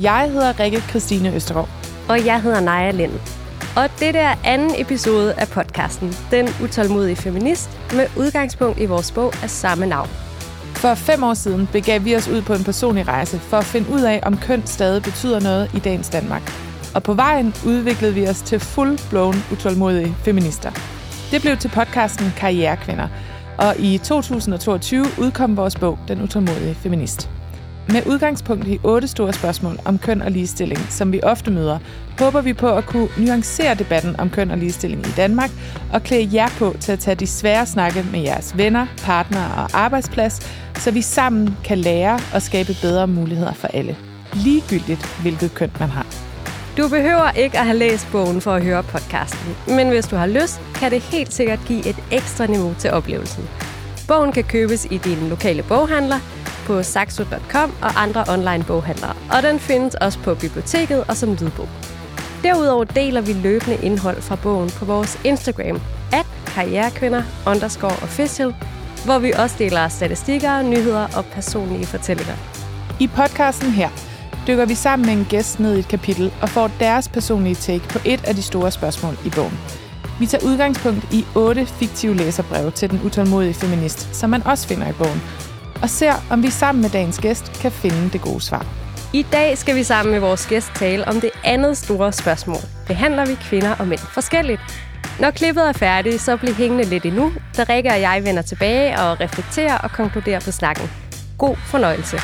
Jeg hedder Rikke Christine Østergaard. Og jeg hedder Naja Lind. Og det er anden episode af podcasten, Den utålmodige feminist, med udgangspunkt i vores bog af samme navn. For 5 år siden begav vi os ud på en personlig rejse for at finde ud af, om køn stadig betyder noget i dagens Danmark. Og på vejen udviklede vi os til full-blown utålmodige feminister. Det blev til podcasten Karrierekvinder, og i 2022 udkom vores bog Den utålmodige feminist. Med udgangspunkt i 8 store spørgsmål om køn og ligestilling, som vi ofte møder, håber vi på at kunne nuancere debatten om køn og ligestilling i Danmark og klæde jer på til at tage de svære snakke med jeres venner, partnere og arbejdsplads, så vi sammen kan lære og skabe bedre muligheder for alle. Ligegyldigt hvilket køn man har. Du behøver ikke at have læst bogen for at høre podcasten, men hvis du har lyst, kan det helt sikkert give et ekstra niveau til oplevelsen. Bogen kan købes i din lokale boghandler, på saxo.com og andre online boghandlere, og den findes også på biblioteket og som lydbog. Derudover deler vi løbende indhold fra bogen på vores Instagram, @karrierekvinder_official, hvor vi også deler statistikker, nyheder og personlige fortællinger. I podcasten her dykker vi sammen med en gæst ned i et kapitel og får deres personlige take på et af de store spørgsmål i bogen. Vi tager udgangspunkt i 8 fiktive læserbreve til den utålmodige feminist, som man også finder i bogen, og ser, om vi sammen med dagens gæst kan finde det gode svar. I dag skal vi sammen med vores gæst tale om det andet store spørgsmål. Behandler vi kvinder og mænd forskelligt? Når klippet er færdigt, så bliv hængende lidt endnu, da Rikke og jeg vender tilbage og reflekterer og konkluderer på snakken. God fornøjelse.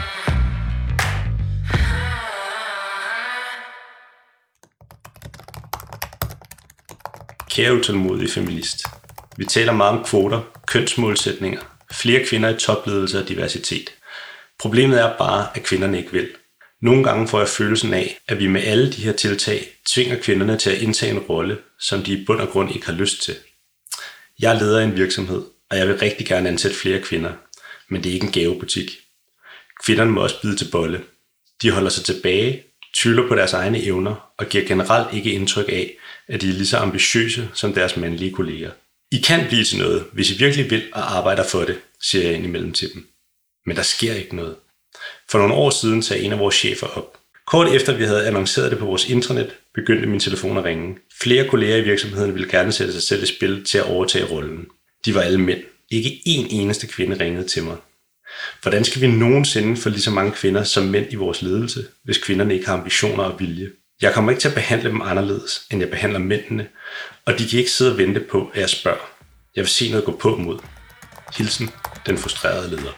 Kære utålmodige feminist. Vi taler meget om kvoter, kønsmålsætninger, flere kvinder i topledelse og diversitet. Problemet er bare, at kvinderne ikke vil. Nogle gange får jeg følelsen af, at vi med alle de her tiltag tvinger kvinderne til at indtage en rolle, som de i bund og grund ikke har lyst til. Jeg er leder af en virksomhed, og jeg vil rigtig gerne ansætte flere kvinder, men det er ikke en gavebutik. Kvinderne må også bide til bolle. De holder sig tilbage, tvivler på deres egne evner og giver generelt ikke indtryk af, at de er lige så ambitiøse som deres mandlige kolleger. I kan blive til noget, hvis I virkelig vil og arbejder for det, siger jeg indimellem til dem. Men der sker ikke noget. For nogle år siden sagde en af vores chefer op. Kort efter vi havde annonceret det på vores intranet, begyndte min telefon at ringe. Flere kolleger i virksomheden ville gerne sætte sig selv i spil til at overtage rollen. De var alle mænd. Ikke en eneste kvinde ringede til mig. Hvordan skal vi nogensinde få lige så mange kvinder som mænd i vores ledelse, hvis kvinderne ikke har ambitioner og vilje? Jeg kommer ikke til at behandle dem anderledes, end jeg behandler mændene, og de kan ikke sidde og vente på, at jeg spørger. Jeg vil se noget gå på mod. Hilsen, den frustrerede leder.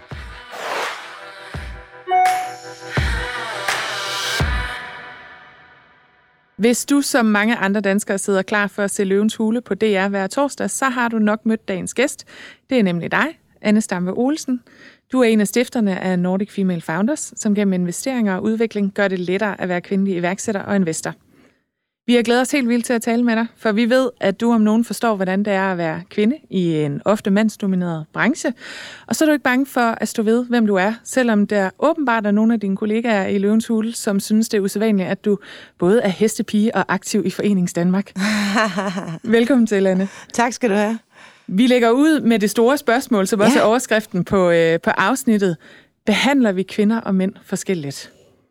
Hvis du som mange andre danskere sidder klar for at se Løvens Hule på DR hver torsdag, så har du nok mødt dagens gæst. Det er nemlig dig, Anne Stampe Olsen. Du er en af stifterne af Nordic Female Founders, som gennem investeringer og udvikling gør det lettere at være kvindelig iværksætter og investor. Vi har glædet os helt vildt til at tale med dig, for vi ved, at du om nogen forstår, hvordan det er at være kvinde i en ofte mandsdomineret branche. Og så er du ikke bange for at stå ved, hvem du er, selvom der åbenbart er nogle af dine kollegaer i Løvens Hule, som synes, det er usædvanligt, at du både er hestepige og aktiv i Forenings Danmark. Velkommen til, Anne. Tak skal du have. Vi lægger ud med det store spørgsmål, som også er overskriften på afsnittet. Behandler vi kvinder og mænd forskelligt?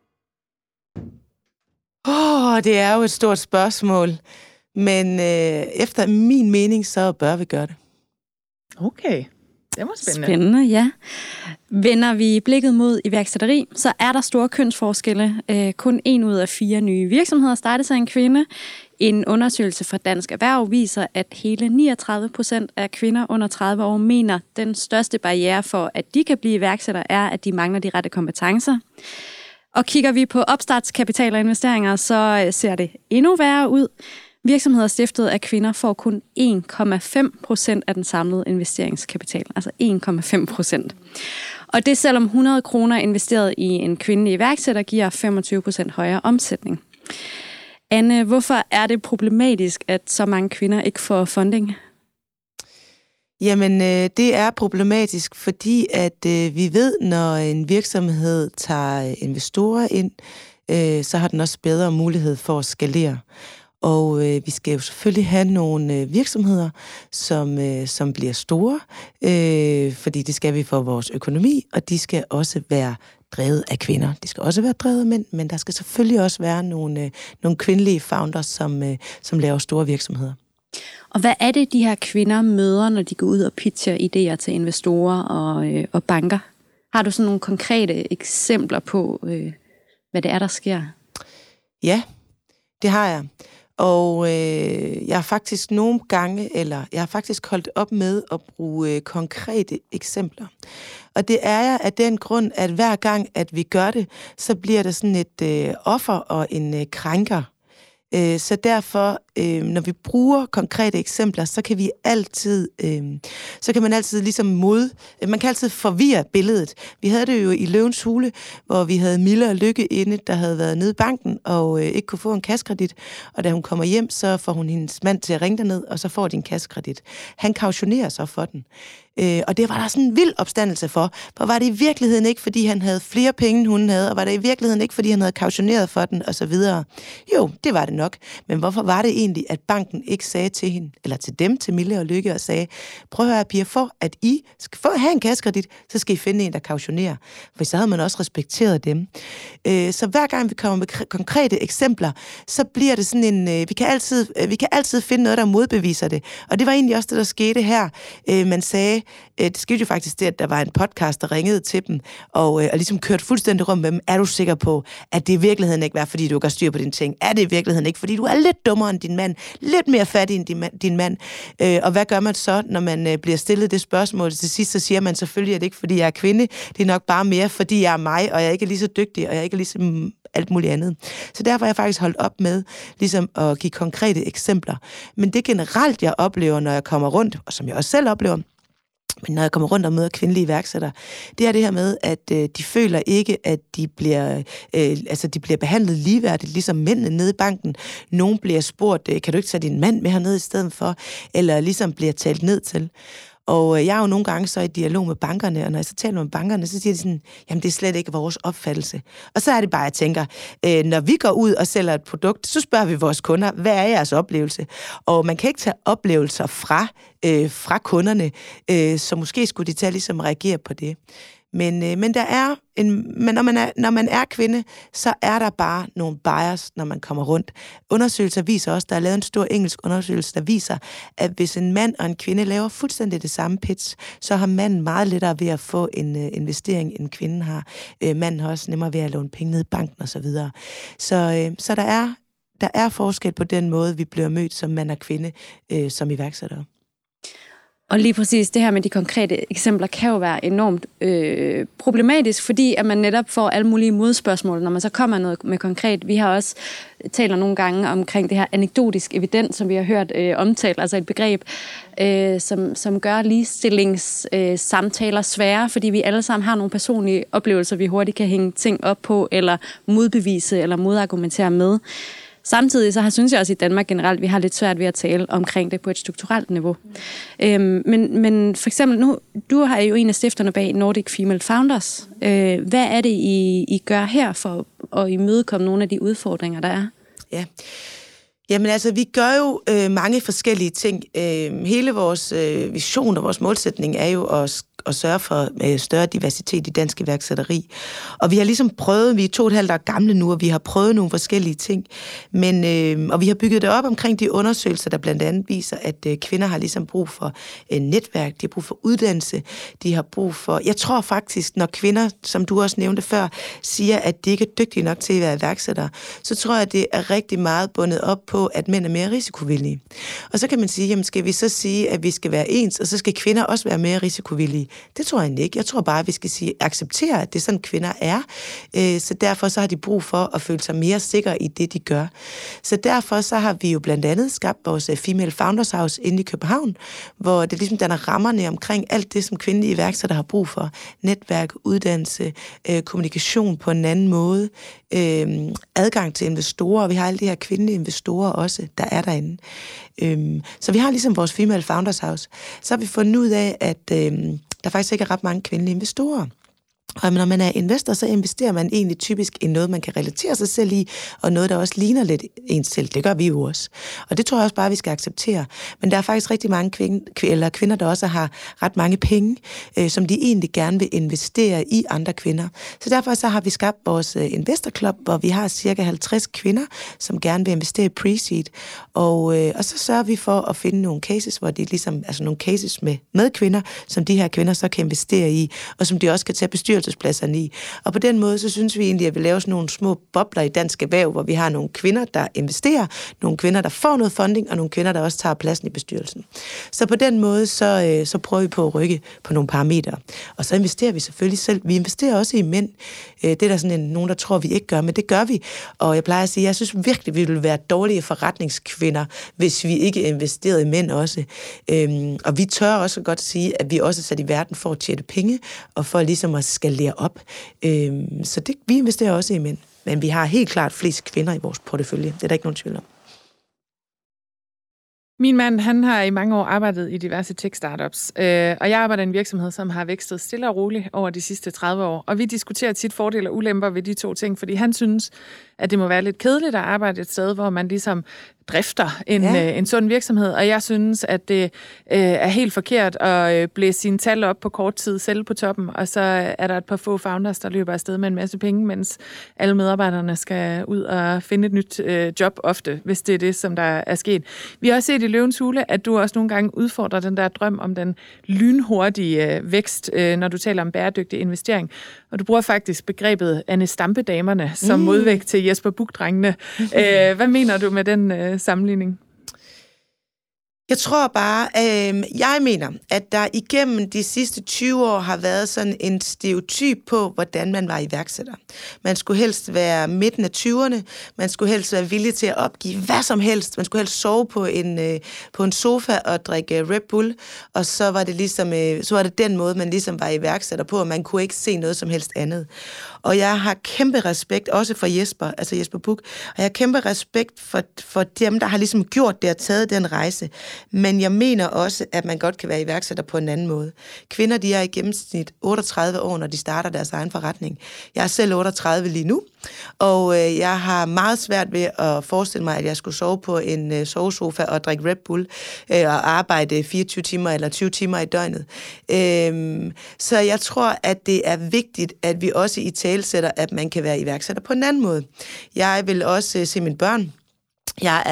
Det er jo et stort spørgsmål, men efter min mening, så bør vi gøre det. Okay, det var spændende. Spændende, ja. Vender vi blikket mod iværksætteri, så er der store kønsforskelle. Kun 1 ud af 4 nye virksomheder startes af en kvinde. En undersøgelse fra Dansk Erhverv viser, at hele 39% af kvinder under 30 år mener, den største barriere for, at de kan blive iværksættere, er, at de mangler de rette kompetencer. Og kigger vi på opstartskapital og investeringer, så ser det endnu værre ud. Virksomheder stiftet af kvinder får kun 1,5% af den samlede investeringskapital. Altså 1,5%. Og det selvom 100 kroner investeret i en kvindelig iværksætter giver 25% højere omsætning. Anne, hvorfor er det problematisk, at så mange kvinder ikke får funding? Jamen, det er problematisk, fordi at vi ved, når en virksomhed tager investorer ind, så har den også bedre mulighed for at skalere. Og vi skal jo selvfølgelig have nogle virksomheder, som bliver store, fordi det skal vi for vores økonomi, og de skal også være drevet af kvinder. De skal også være drevet af mænd, men der skal selvfølgelig også være nogle kvindelige founders, som laver store virksomheder. Og hvad er det, de her kvinder møder, når de går ud og pitcher idéer til investorer og banker? Har du sådan nogle konkrete eksempler på, hvad det er, der sker? Ja, det har jeg. Og jeg har faktisk nogle gange, jeg har faktisk holdt op med at bruge konkrete eksempler. Og det er jeg af den grund, at hver gang, at vi gør det, så bliver der sådan et offer og en krænker. Så derfor, når vi bruger konkrete eksempler, så kan vi altid, man altid ligesom man kan altid forvirre billedet. Vi havde det jo i Løvens Hule, hvor vi havde Mille og Lykke inde, der havde været nede i banken og ikke kunne få en kassekredit. Og da hun kommer hjem, så får hun hendes mand til at ringe derned, og så får de en kassekredit. Han kautionerer så for den. Og det var der sådan en vild opstandelse for var det i virkeligheden ikke, fordi han havde flere penge, end hun havde, og var det i virkeligheden ikke, fordi han havde kautioneret for den, og så videre. Jo, det var det nok. Men hvorfor var det egentlig, at banken ikke sagde til hende, eller til dem, til Mille og Lykke, og sagde, prøv at høre, piger, for at I skal have en kassekredit, så skal I finde en, der kautionerer. For så havde man også respekteret dem. Så hver gang vi kommer med konkrete eksempler, så bliver det sådan en, vi kan altid finde noget, der modbeviser det. Og det var egentlig også det, der skete her. Man sagde, det skete jo faktisk det, at der var en podcast, der ringede til dem, og ligesom kørte fuldstændig rundt med dem. Er du sikker på, at det i virkeligheden ikke var, fordi du ikke har styr på dine ting? Er det i virkeligheden ikke, fordi du er lidt dummere end din mand? Lidt mere fattig end din mand? Og hvad gør man så, når man bliver stillet det spørgsmål? Til sidst så siger man selvfølgelig, at det ikke fordi jeg er kvinde. Det er nok bare mere, fordi jeg er mig, og jeg ikke er lige så dygtig, og jeg ikke er ligesom alt muligt andet. Så derfor har jeg faktisk holdt op med ligesom at give konkrete eksempler. Men det generelt, jeg oplever, når jeg kommer rundt, og som jeg også selv oplever, men når jeg kommer rundt og møder kvindelige iværksættere, det er det her med, at de føler ikke, at de bliver behandlet ligeværdigt, ligesom mændene nede i banken. Nogen bliver spurgt, kan du ikke tage din mand med hernede i stedet for? Eller ligesom bliver talt ned til. Og jeg er jo nogle gange så i dialog med bankerne, og når jeg så taler med bankerne, så siger de sådan, jamen det er slet ikke vores opfattelse. Og så er det bare, jeg tænker, når vi går ud og sælger et produkt, så spørger vi vores kunder, hvad er jeres oplevelse? Og man kan ikke tage oplevelser fra kunderne, så måske skulle de tage ligesom reagere på det. Men når man er kvinde, så er der bare nogle bias, når man kommer rundt. Undersøgelser viser også, der er lavet en stor engelsk undersøgelse, der viser, at hvis en mand og en kvinde laver fuldstændig det samme pitch, så har manden meget lettere ved at få en investering, end kvinden har. Manden har også nemmere ved at låne penge ned i banken osv. Så der er forskel på den måde, vi bliver mødt som mand og kvinde som iværksættere. Og lige præcis det her med de konkrete eksempler kan jo være enormt problematisk, fordi at man netop får alle mulige modspørgsmål, når man så kommer noget med konkret. Vi har også taler nogle gange omkring det her anekdotisk evidens, som vi har hørt omtalt, altså et begreb, som gør ligestillingssamtaler svære, fordi vi alle sammen har nogle personlige oplevelser, vi hurtigt kan hænge ting op på, eller modbevise, eller modargumentere med. Samtidig så synes jeg også i Danmark generelt, vi har lidt svært ved at tale omkring det på et strukturelt niveau. Men for eksempel nu, du har jo en af stifterne bag Nordic Female Founders. Hvad er det, I gør her for at imødekomme nogle af de udfordringer, der er? Ja. Jamen altså, vi gør jo mange forskellige ting. Hele vores vision og vores målsætning er jo at sørge for større diversitet i dansk iværksætteri. Og vi har ligesom prøvet, vi er 2,5 år gamle nu, og vi har prøvet nogle forskellige ting. Og vi har bygget det op omkring de undersøgelser, der blandt andet viser, at kvinder har ligesom brug for netværk, de har brug for uddannelse, de har brug for... Jeg tror faktisk, når kvinder, som du også nævnte før, siger, at de ikke er dygtige nok til at være iværksættere, så tror jeg, at det er rigtig meget bundet op på, at mænd er mere risikovillige. Og så kan man sige, jamen skal vi så sige, at vi skal være ens, og så skal kvinder også være mere risikovillige. Det tror jeg ikke. Jeg tror bare, at vi skal acceptere, at det er sådan, kvinder er. Så derfor så har de brug for at føle sig mere sikre i det, de gør. Så derfor så har vi jo blandt andet skabt vores Female Founders House inde i København, hvor det ligesom danner rammerne omkring alt det, som kvindelige iværksættere har brug for. Netværk, uddannelse, kommunikation på en anden måde, adgang til investorer, og vi har alle de her kvindelige investorer også, der er derinde. Så vi har ligesom vores Female Founders House. Så har vi fundet ud af, at der faktisk ikke er ret mange kvindelige investorer. Og når man er investor, så investerer man egentlig typisk i noget, man kan relatere sig selv i, og noget, der også ligner lidt ens selv. Det gør vi jo også. Og det tror jeg også bare, vi skal acceptere. Men der er faktisk rigtig mange kvinder, der også har ret mange penge, som de egentlig gerne vil investere i andre kvinder. Så derfor så har vi skabt vores investorklub, hvor vi har cirka 50 kvinder, som gerne vil investere i pre-seed. Og så sørger vi for at finde nogle cases, hvor det ligesom, altså nogle cases med kvinder, som de her kvinder så kan investere i, og som de også kan tage bestyrelsespladserne i. Og på den måde, så synes vi egentlig, at vi laver sådan nogle små bobler i dansk erhverv, hvor vi har nogle kvinder, der investerer, nogle kvinder, der får noget funding, og nogle kvinder, der også tager pladsen i bestyrelsen. Så på den måde, så prøver vi på at rykke på nogle parametre. Og så investerer vi selvfølgelig selv. Vi investerer også i mænd. Det er der sådan nogen, der tror, vi ikke gør, men det gør vi. Og jeg plejer at sige, jeg synes virkelig, vi ville være dårlige forretningskvinder, hvis vi ikke investerede i mænd også. Og vi tør også godt sige, at vi også er sat i verden for at tjene penge, og for ligesom at skalere op. Så vi investerer også i mænd. Men vi har helt klart flest kvinder i vores portefølje. Det er der ikke nogen tvivl om. Min mand, han har i mange år arbejdet i diverse tech-startups, og jeg arbejder i en virksomhed, som har vækstet stille og roligt over de sidste 30 år. Og vi diskuterer tit fordele og ulemper ved de to ting, fordi han synes, at det må være lidt kedeligt at arbejde et sted, hvor man ligesom drifter en sund virksomhed, og jeg synes, at det er helt forkert at blæse sine tal op på kort tid, selv på toppen, og så er der et par få founders, der løber afsted med en masse penge, mens alle medarbejderne skal ud og finde et nyt job ofte, hvis det er det, som der er sket. Vi har også set i Løvens Hule, at du også nogle gange udfordrer den der drøm om den lynhurtige vækst, når du taler om bæredygtig investering, og du bruger faktisk begrebet Anne Stampe-damerne som modvægt til Jesper Buch-drengene. Hvad mener du med den sammenligning? Jeg tror bare, jeg mener, at der igennem de sidste 20 år har været sådan en stereotyp på, hvordan man var iværksætter. Man skulle helst være midten af 20'erne, man skulle helst være villig til at opgive hvad som helst, man skulle helst sove på en sofa og drikke Red Bull, og så var det ligesom, så var det den måde, man ligesom var iværksætter på, og man kunne ikke se noget som helst andet. Og jeg har kæmpe respekt, også for Jesper Buch, og jeg har kæmpe respekt for dem, der har ligesom gjort det og taget den rejse. Men jeg mener også, at man godt kan være iværksætter på en anden måde. Kvinder, de er i gennemsnit 38 år, når de starter deres egen forretning. Jeg er selv 38 lige nu, og jeg har meget svært ved at forestille mig, at jeg skulle sove på en sovesofa og drikke Red Bull og arbejde 24 timer eller 20 timer i døgnet. Så jeg tror, at det er vigtigt, at vi også i tale sætter, at man kan være iværksætter på en anden måde. Jeg vil også se mine børn. Jeg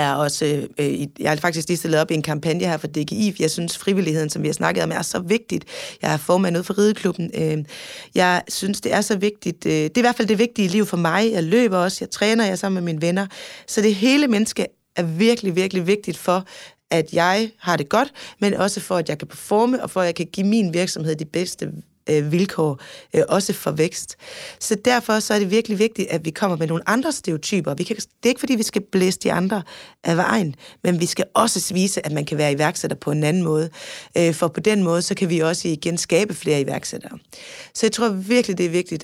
er faktisk lige stillet op i en kampagne her for DGI, for jeg synes, frivilligheden, som vi har snakket om, er så vigtigt. Jeg er formand ude for Rideklubben. Jeg synes, det er så vigtigt. Det er i hvert fald det vigtige liv for mig. Jeg løber også, jeg træner, jeg er sammen med mine venner. Så det hele menneske er virkelig, virkelig vigtigt for, at jeg har det godt, men også for, at jeg kan performe, og for, at jeg kan give min virksomhed de bedste vilkår, også for vækst. Så derfor så er det virkelig vigtigt, at vi kommer med nogle andre stereotyper. Det er ikke, fordi vi skal blæse de andre af vejen, men vi skal også vise, at man kan være iværksætter på en anden måde. For på den måde, så kan vi også igen skabe flere iværksættere. Så jeg tror virkelig, det er vigtigt,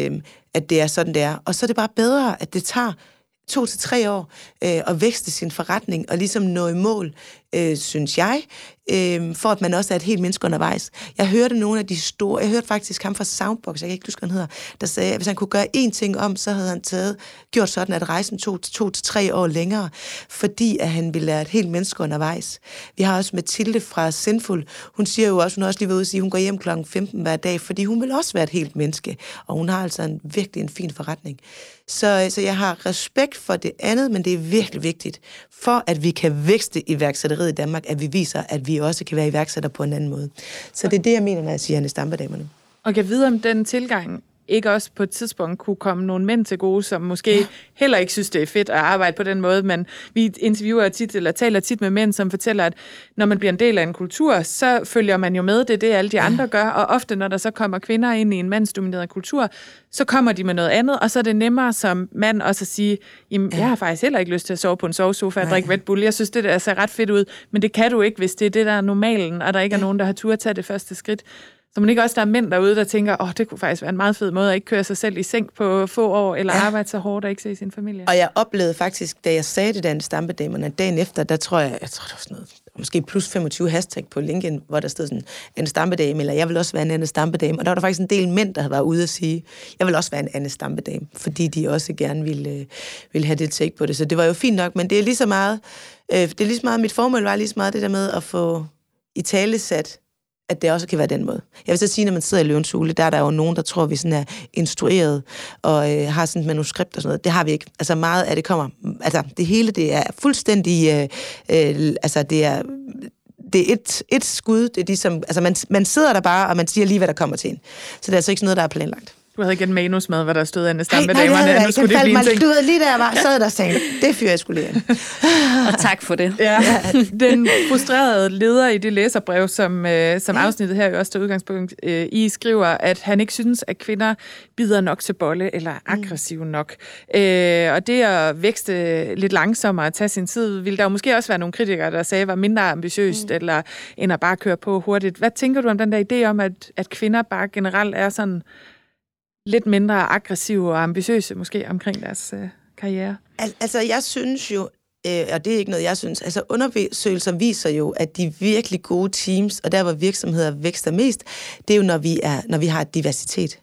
at det er sådan, det er. Og så er det bare bedre, at det tager 2 til 3 år at vækste sin forretning og ligesom nå i mål, synes jeg, for at man også er et helt menneske undervejs. Jeg hørte nogle af de store, jeg hørte faktisk ham fra Soundbox, jeg kan ikke huske, hvad han hedder, der sagde, at hvis han kunne gøre én ting om, så havde han gjort sådan, at rejsen tog 2 til 3 år længere, fordi at han ville lære et helt menneske undervejs. Vi har også Mathilde fra Sinful, hun siger jo også, hun har også lige været ude og sige, hun går hjem kl. 15 hver dag, fordi hun vil også være et helt menneske, og hun har altså virkelig en fin forretning. Så jeg har respekt for det andet, men det er virkelig vigtigt, for at vi kan vækste iværksætteriet i Danmark, at vi viser, at vi også kan være iværksætter på en anden måde. Så det er det, jeg mener, når jeg siger Anne Stampe-damerne. Og kan vide, om den tilgang ikke også på et tidspunkt kunne komme nogle mænd til gode, som måske heller ikke synes, det er fedt at arbejde på den måde, men vi interviewer tit, eller taler tit med mænd, som fortæller, at når man bliver en del af en kultur, så følger man jo med, det er det, alle de andre gør, og ofte, når der så kommer kvinder ind i en mandsdomineret kultur, så kommer de med noget andet, og så er det nemmere som mand også at sige, jamen, jeg har faktisk heller ikke lyst til at sove på en sovesofa og drikke Red Bull, jeg synes, det der ser ret fedt ud, men det kan du ikke, hvis det er det, der er normalen, og der ikke er nogen, der har tur at tage det første skridt. Så man ikke også, der er mænd derude, der tænker, det kunne faktisk være en meget fed måde at ikke køre sig selv i sænk på få år, eller arbejde så hårdt og ikke se sin familie. Og jeg oplevede faktisk, da jeg sagde det, Anne Stampe-damerne, dagen efter, der tror jeg det var sådan noget måske plus 25 hashtag på LinkedIn, hvor der stod sådan, Anne Stampedame, eller jeg vil også være en Anne Stampedame. Og der var der faktisk en del mænd, der havde været ude at sige, jeg vil også være en Anne Stampedame, fordi de også gerne ville have det take på det. Så det var jo fint nok, men det er lige så meget, mit formål var lige så meget det der med at få i tale sat, at det også kan være den måde. Jeg vil så sige, når man sidder i Løvens Hule, der er der jo nogen, der tror, vi sådan er instrueret og har sådan et manuskript og sådan noget. Det har vi ikke. Altså meget af det kommer... Altså det hele, det er fuldstændig... altså det er et skud. Det er ligesom... Altså man sidder der bare, og man siger lige, hvad der kommer til en. Så det er altså ikke sådan noget, der er planlagt. Du havde ikke en manus med, hvad der stod Anne Stampedamerne. Nej, det havde jeg ikke. Det blive en ting. Du ved, lige der jeg var, sad der og sagde, det fyrer jeg skulle lige. Og tak for det. Ja. Den frustrerede leder i det læserbrev, som afsnittet her jo også til udgangspunkt, I skriver, at han ikke synes, at kvinder bider nok til bolle eller er aggressive nok. Og det at vækste lidt langsommere og tage sin tid, ville der jo måske også være nogle kritikere, der sagde, var mindre ambitiøst, eller end at bare køre på hurtigt. Hvad tænker du om den der idé om, at kvinder bare generelt er sådan lidt mindre aggressive og ambitiøse måske omkring deres karriere? Altså, jeg synes jo, og det er ikke noget, jeg synes, altså undersøgelser viser jo, at de virkelig gode teams, og der hvor virksomheder vækster mest, det er jo, når vi har diversitet.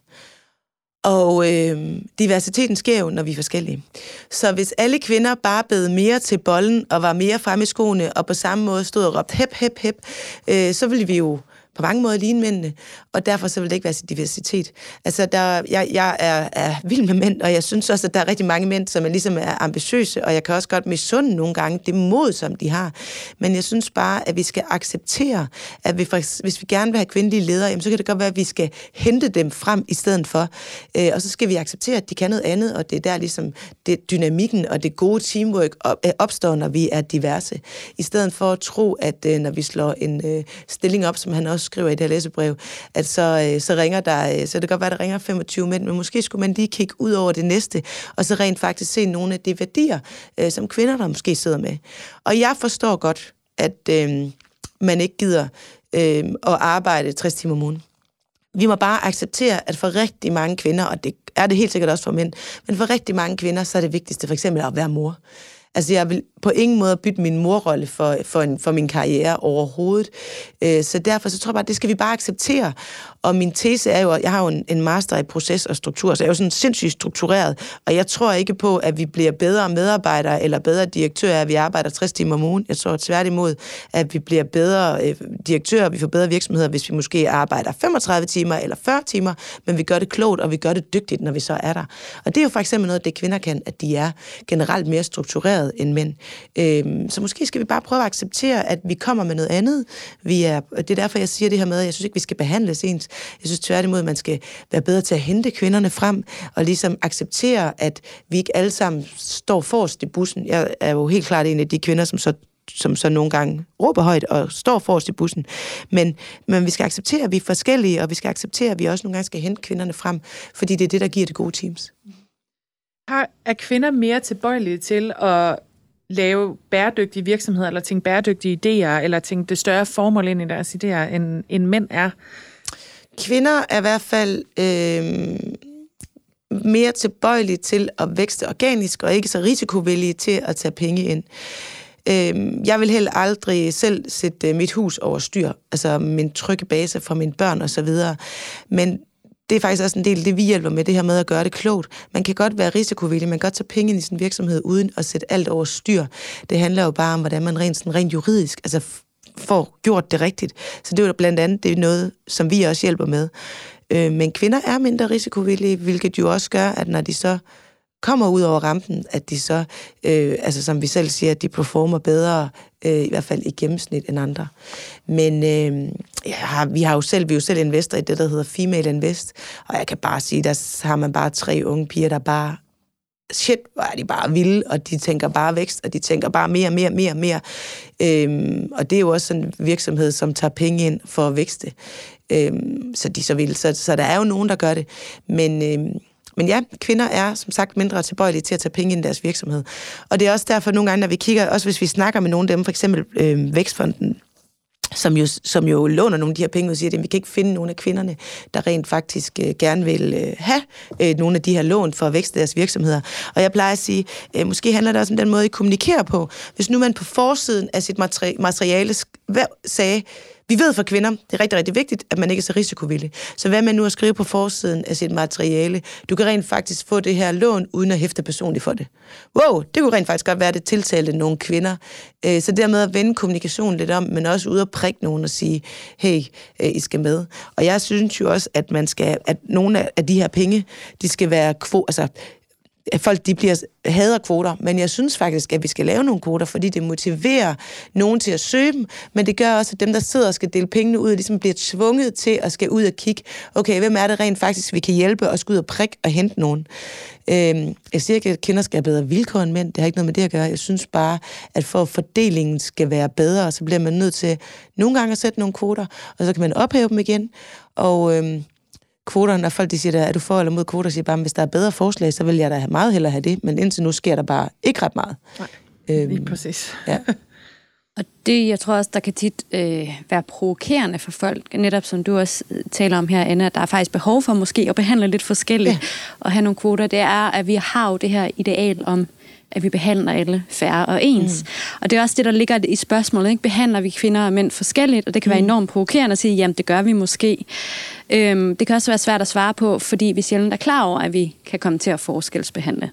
Og diversiteten sker jo, når vi er forskellige. Så hvis alle kvinder bare bed mere til bollen, og var mere fremme i skoene, og på samme måde stod og råbte hep, hep, hep, så ville vi jo på mange måder ligne mændene, og derfor så vil det ikke være diversitet. Altså, jeg er vild med mænd, og jeg synes også, at der er rigtig mange mænd, som ligesom er ambitiøse, og jeg kan også godt misunde nogle gange det mod, som de har. Men jeg synes bare, at vi skal acceptere, at hvis vi gerne vil have kvindelige ledere, jamen, så kan det godt være, at vi skal hente dem frem i stedet for. Og så skal vi acceptere, at de kan noget andet, og det er der ligesom dynamikken og det gode teamwork opstår, når vi er diverse. I stedet for at tro, at når vi slår en stilling op, som han også skriver i det her læsebrev, at så ringer der, så det kan godt være, der ringer 25 mænd, men måske skulle man lige kigge ud over det næste, og så rent faktisk se nogle af de værdier, som kvinder der måske sidder med. Og jeg forstår godt, at man ikke gider at arbejde 60 timer om ugen. Vi må bare acceptere, at for rigtig mange kvinder, og det er det helt sikkert også for mænd, men for rigtig mange kvinder, så er det vigtigste for eksempel at være mor. Altså, jeg vil på ingen måde bytte min morrolle for min karriere overhovedet. Så derfor så tror jeg bare, det skal vi bare acceptere. Og min tese er jo, at jeg har jo en master i proces og struktur, så jeg er jo sådan sindssygt struktureret. Og jeg tror ikke på, at vi bliver bedre medarbejdere eller bedre direktører, at vi arbejder 60 timer om ugen. Jeg tror tværtimod, at vi bliver bedre direktører, vi får bedre virksomheder, hvis vi måske arbejder 35 timer eller 40 timer, men vi gør det klogt, og vi gør det dygtigt, når vi så er der. Og det er jo for eksempel noget, det kvinder kan, at de er generelt mere struktureret end mænd. Så måske skal vi bare prøve at acceptere, at vi kommer med noget andet. Det er derfor, jeg siger det her med, at jeg synes ikke, vi skal behandles ens. Jeg synes tværtimod, at man skal være bedre til at hente kvinderne frem, og ligesom acceptere, at vi ikke alle sammen står forrest i bussen. Jeg er jo helt klart en af de kvinder, som så nogle gange råber højt og står forrest i bussen. Men vi skal acceptere, at vi er forskellige, og vi skal acceptere, at vi også nogle gange skal hente kvinderne frem, fordi det er det, der giver det gode teams. Er kvinder mere tilbøjelige til at lave bæredygtige virksomheder, eller tænke bæredygtige idéer, eller tænke det større formål ind i deres idéer, end mænd er? Kvinder er i hvert fald mere tilbøjelige til at vækste organisk, og ikke så risikovillige til at tage penge ind. Jeg vil heller aldrig selv sætte mit hus over styr, altså min trygge base for mine børn og så videre. Men det er faktisk også en del af det, vi hjælper med, det her med at gøre det klogt. Man kan godt være risikovillig, man kan godt tage penge ind i sin virksomhed uden at sætte alt over styr. Det handler jo bare om, hvordan man rent juridisk får gjort det rigtigt. Så det er jo blandt andet det er noget, som vi også hjælper med. Men kvinder er mindre risikovillige, hvilket jo også gør, at når de så kommer ud over rampen, at de så, som vi selv siger, at de performer bedre, i hvert fald i gennemsnit end andre. Men vi er jo selv investor i det, der hedder Female Invest, og jeg kan bare sige, der har man bare 3 unge piger, der bare shit, hvor er de bare vilde, og de tænker bare vækst, og de tænker bare mere. Og det er jo også en virksomhed, som tager penge ind for at vækste. Så de så vil. Så der er jo nogen, der gør det. Men ja, kvinder er som sagt mindre tilbøjelige til at tage penge ind i deres virksomhed. Og det er også derfor nogle gange, når vi kigger, også hvis vi snakker med nogle af dem, for eksempel Vækstfonden, som jo låner nogle af de her penge og siger, at vi kan ikke finde nogle af kvinderne, der rent faktisk gerne vil have nogle af de her lån for at vækste deres virksomheder. Og jeg plejer at sige, måske handler det også om den måde, I kommunikerer på. Hvis nu man på forsiden af sit materiale sagde, vi ved for kvinder, det er rigtig, rigtig vigtigt, at man ikke er så risikovillig. Så hvad med nu at skrive på forsiden af sit materiale? Du kan rent faktisk få det her lån, uden at hæfte personligt for det. Wow, det kunne rent faktisk godt være, at det tiltalte nogle kvinder. Så dermed at vende kommunikationen lidt om, men også ude at prikke nogen og sige, hey, I skal med. Og jeg synes jo også, at nogle af de her penge, de skal være folk hader kvoter, men jeg synes faktisk, at vi skal lave nogle kvoter, fordi det motiverer nogen til at søge dem, men det gør også, at dem, der sidder og skal dele pengene ud, ligesom bliver tvunget til at skal ud og kigge, okay, hvem er det rent faktisk, vi kan hjælpe og skal ud og prikke og hente nogen. Jeg siger ikke, at kvinder skal have bedre vilkår end mænd, det har ikke noget med det at gøre. Jeg synes bare, at for at fordelingen skal være bedre, så bliver man nødt til nogle gange at sætte nogle kvoter, og så kan man ophæve dem igen, og kvoterne, når folk de siger, er du for eller mod kvoter, siger bare, hvis der er bedre forslag, så vil jeg da meget hellere have det, men indtil nu sker der bare ikke ret meget. Nej, lige præcis. Ja. Og det, jeg tror også, der kan tit være provokerende for folk, netop som du også taler om her, Anna, at der er faktisk behov for måske at behandle lidt forskelligt og have nogle kvoter, det er, at vi har jo det her ideal om, at vi behandler alle fair og ens. Og det er også det, der ligger i spørgsmålet, ikke? Behandler vi kvinder og mænd forskelligt? Og det kan være enormt provokerende at sige, jamen det gør vi måske. Det kan også være svært at svare på, fordi vi sjældent er klar over, at vi kan komme til at forskelsbehandle.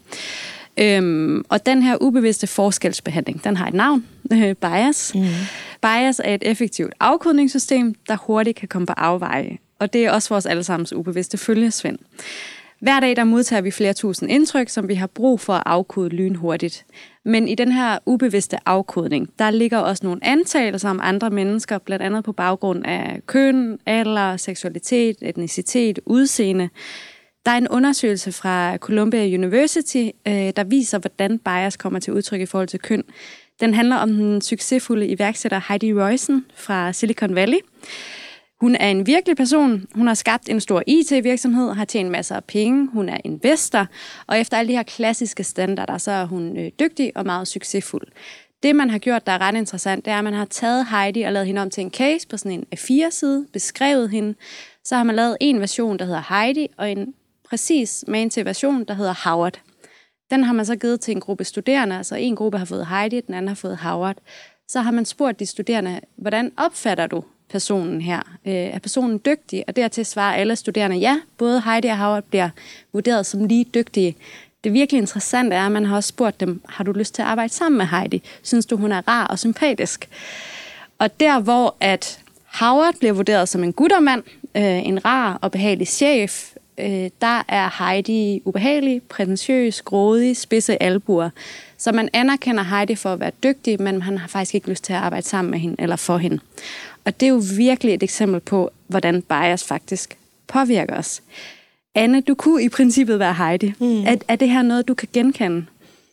Og den her ubevidste forskelsbehandling, den har et navn, bias. Bias er et effektivt afkodningssystem, der hurtigt kan komme på afveje. Og det er også vores allesammens ubevidste følgesvend. Hver dag der modtager vi flere tusind indtryk, som vi har brug for at afkode lynhurtigt. Men i den her ubevidste afkodning, der ligger også nogle antagelser om andre mennesker, blandt andet på baggrund af køn, alder, seksualitet, etnicitet, udseende. Der er en undersøgelse fra Columbia University, der viser, hvordan bias kommer til udtryk i forhold til køn. Den handler om den succesfulde iværksætter Heidi Roizen fra Silicon Valley. Hun er en virkelig person. Hun har skabt en stor IT-virksomhed, har tjent masser af penge. Hun er investor, og efter alle de her klassiske standarder, så er hun dygtig og meget succesfuld. Det, man har gjort, der er ret interessant, det er, at man har taget Heidi og lavet hende om til en case på sådan en A4-side, beskrevet hende. Så har man lavet en version, der hedder Heidi, og en præcis magen til version, der hedder Howard. Den har man så givet til en gruppe studerende, altså en gruppe har fået Heidi, den anden har fået Howard. Så har man spurgt de studerende, hvordan opfatter du personen her? Er personen dygtig? Og dertil svarer alle studerende, ja, både Heidi og Howard bliver vurderet som lige dygtige. Det virkelig interessante er, at man har også spurgt dem, har du lyst til at arbejde sammen med Heidi? Synes du, hun er rar og sympatisk? Og der, hvor at Howard bliver vurderet som en guttermand, en rar og behagelig chef, der er Heidi ubehagelig, prætentiøs, grådig, spidse albuer. Så man anerkender Heidi for at være dygtig, men han har faktisk ikke lyst til at arbejde sammen med hende eller for hende. Og det er jo virkelig et eksempel på, hvordan bias faktisk påvirker os. Anne, du kunne i princippet være Heidi. Er det her noget, du kan genkende?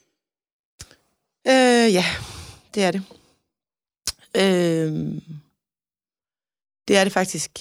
Ja, det er det. Det er det faktisk.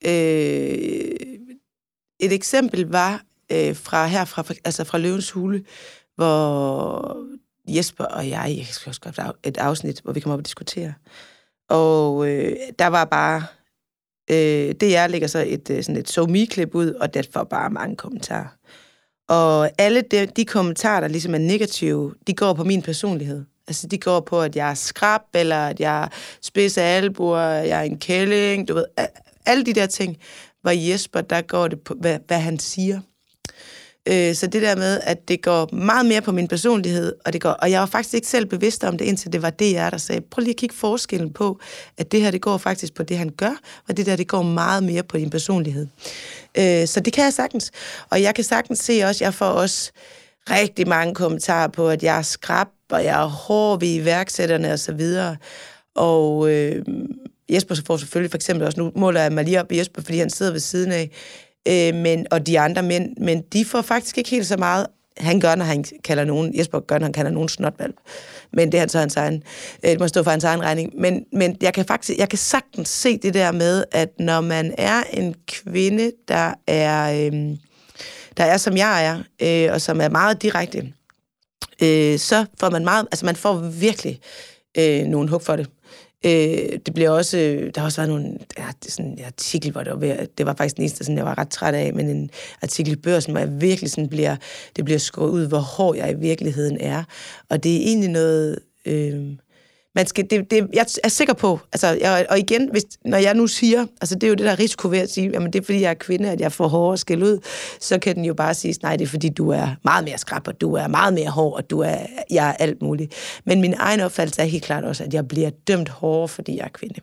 Et eksempel var fra Løvens Hule, hvor Jesper og jeg skal også godt et afsnit, hvor vi kommer op og diskutere. Og der var bare, DR lægger så sådan et SoMe-klip ud, og det får bare mange kommentarer. Og alle de kommentarer, der ligesom er negative, de går på min personlighed. Altså, de går på, at jeg er skrab, eller at jeg er spids af albuer, jeg er en kælling, du ved, alle de der ting. Hvor Jesper, der går det på, hvad han siger. Så det der med, at det går meget mere på min personlighed, og jeg var faktisk ikke selv bevidst om det, indtil det var DR, der sagde, prøv lige at kigge forskellen på, at det her, det går faktisk på det, han gør, og det der, det går meget mere på din personlighed. Så det kan jeg sagtens. Og jeg kan sagtens se også, jeg får også rigtig mange kommentarer på, at jeg er skrab, og jeg er hård ved iværksætterne, og så videre. Og Jesper får selvfølgelig for eksempel også, nu måler jeg mig lige op i Jesper, fordi han sidder ved siden af, og de andre mænd, men de får faktisk ikke helt så meget. Han gør, når han kalder nogen, Jesper gør, når han kalder nogen snotvalp. Men det er så hans egen, det må stå for hans egen regning. Men jeg kan sagtens se det der med, at når man er en kvinde, der er som jeg er, og som er meget direkte, så får man meget, altså man får virkelig nogle hug for det. Det bliver også, der har også været nogle, sådan en artikel, hvor det var faktisk den eneste, sådan, jeg var ret træt af, men en artikel i Børsen, hvor jeg virkelig sådan det bliver skåret ud, hvor hård jeg i virkeligheden er. Og det er egentlig noget, jeg er sikker på, altså, og igen, når jeg nu siger, altså det er jo det der risiko ved at sige, jamen det er fordi jeg er kvinde, at jeg får hårdere skæld ud, så kan den jo bare sige, nej, det er fordi du er meget mere skrap, og du er meget mere hård, og jeg er alt muligt. Men min egen opfattelse er helt klart også, at jeg bliver dømt hårdere, fordi jeg er kvinde.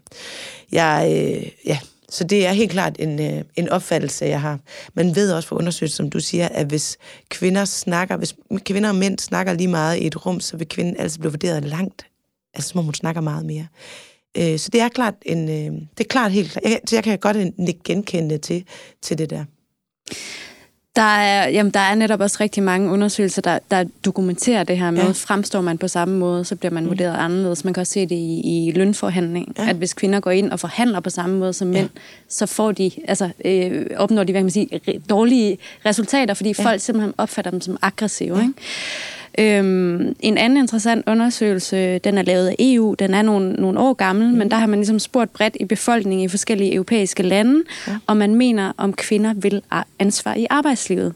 Så det er helt klart en opfattelse, jeg har. Man ved også fra undersøgelser, som du siger, at hvis kvinder og mænd snakker lige meget i et rum, så vil kvinden altså blive vurderet langt. Altså, som om hun snakker meget mere. Så det er klart helt klart. Så jeg kan godt genkende til det der. Der er netop også rigtig mange undersøgelser, der dokumenterer det her med, fremstår man på samme måde, så bliver man vurderet anderledes. Man kan også se det i lønforhandling, at hvis kvinder går ind og forhandler på samme måde som mænd, så får de, opnår de, hvad kan man sige, dårlige resultater, fordi folk simpelthen opfatter dem som aggressive, ikke? En anden interessant undersøgelse, den er lavet af EU, den er nogle år gammel, men der har man ligesom spurgt bredt i befolkningen i forskellige europæiske lande, og man mener, om kvinder vil ansvar i arbejdslivet.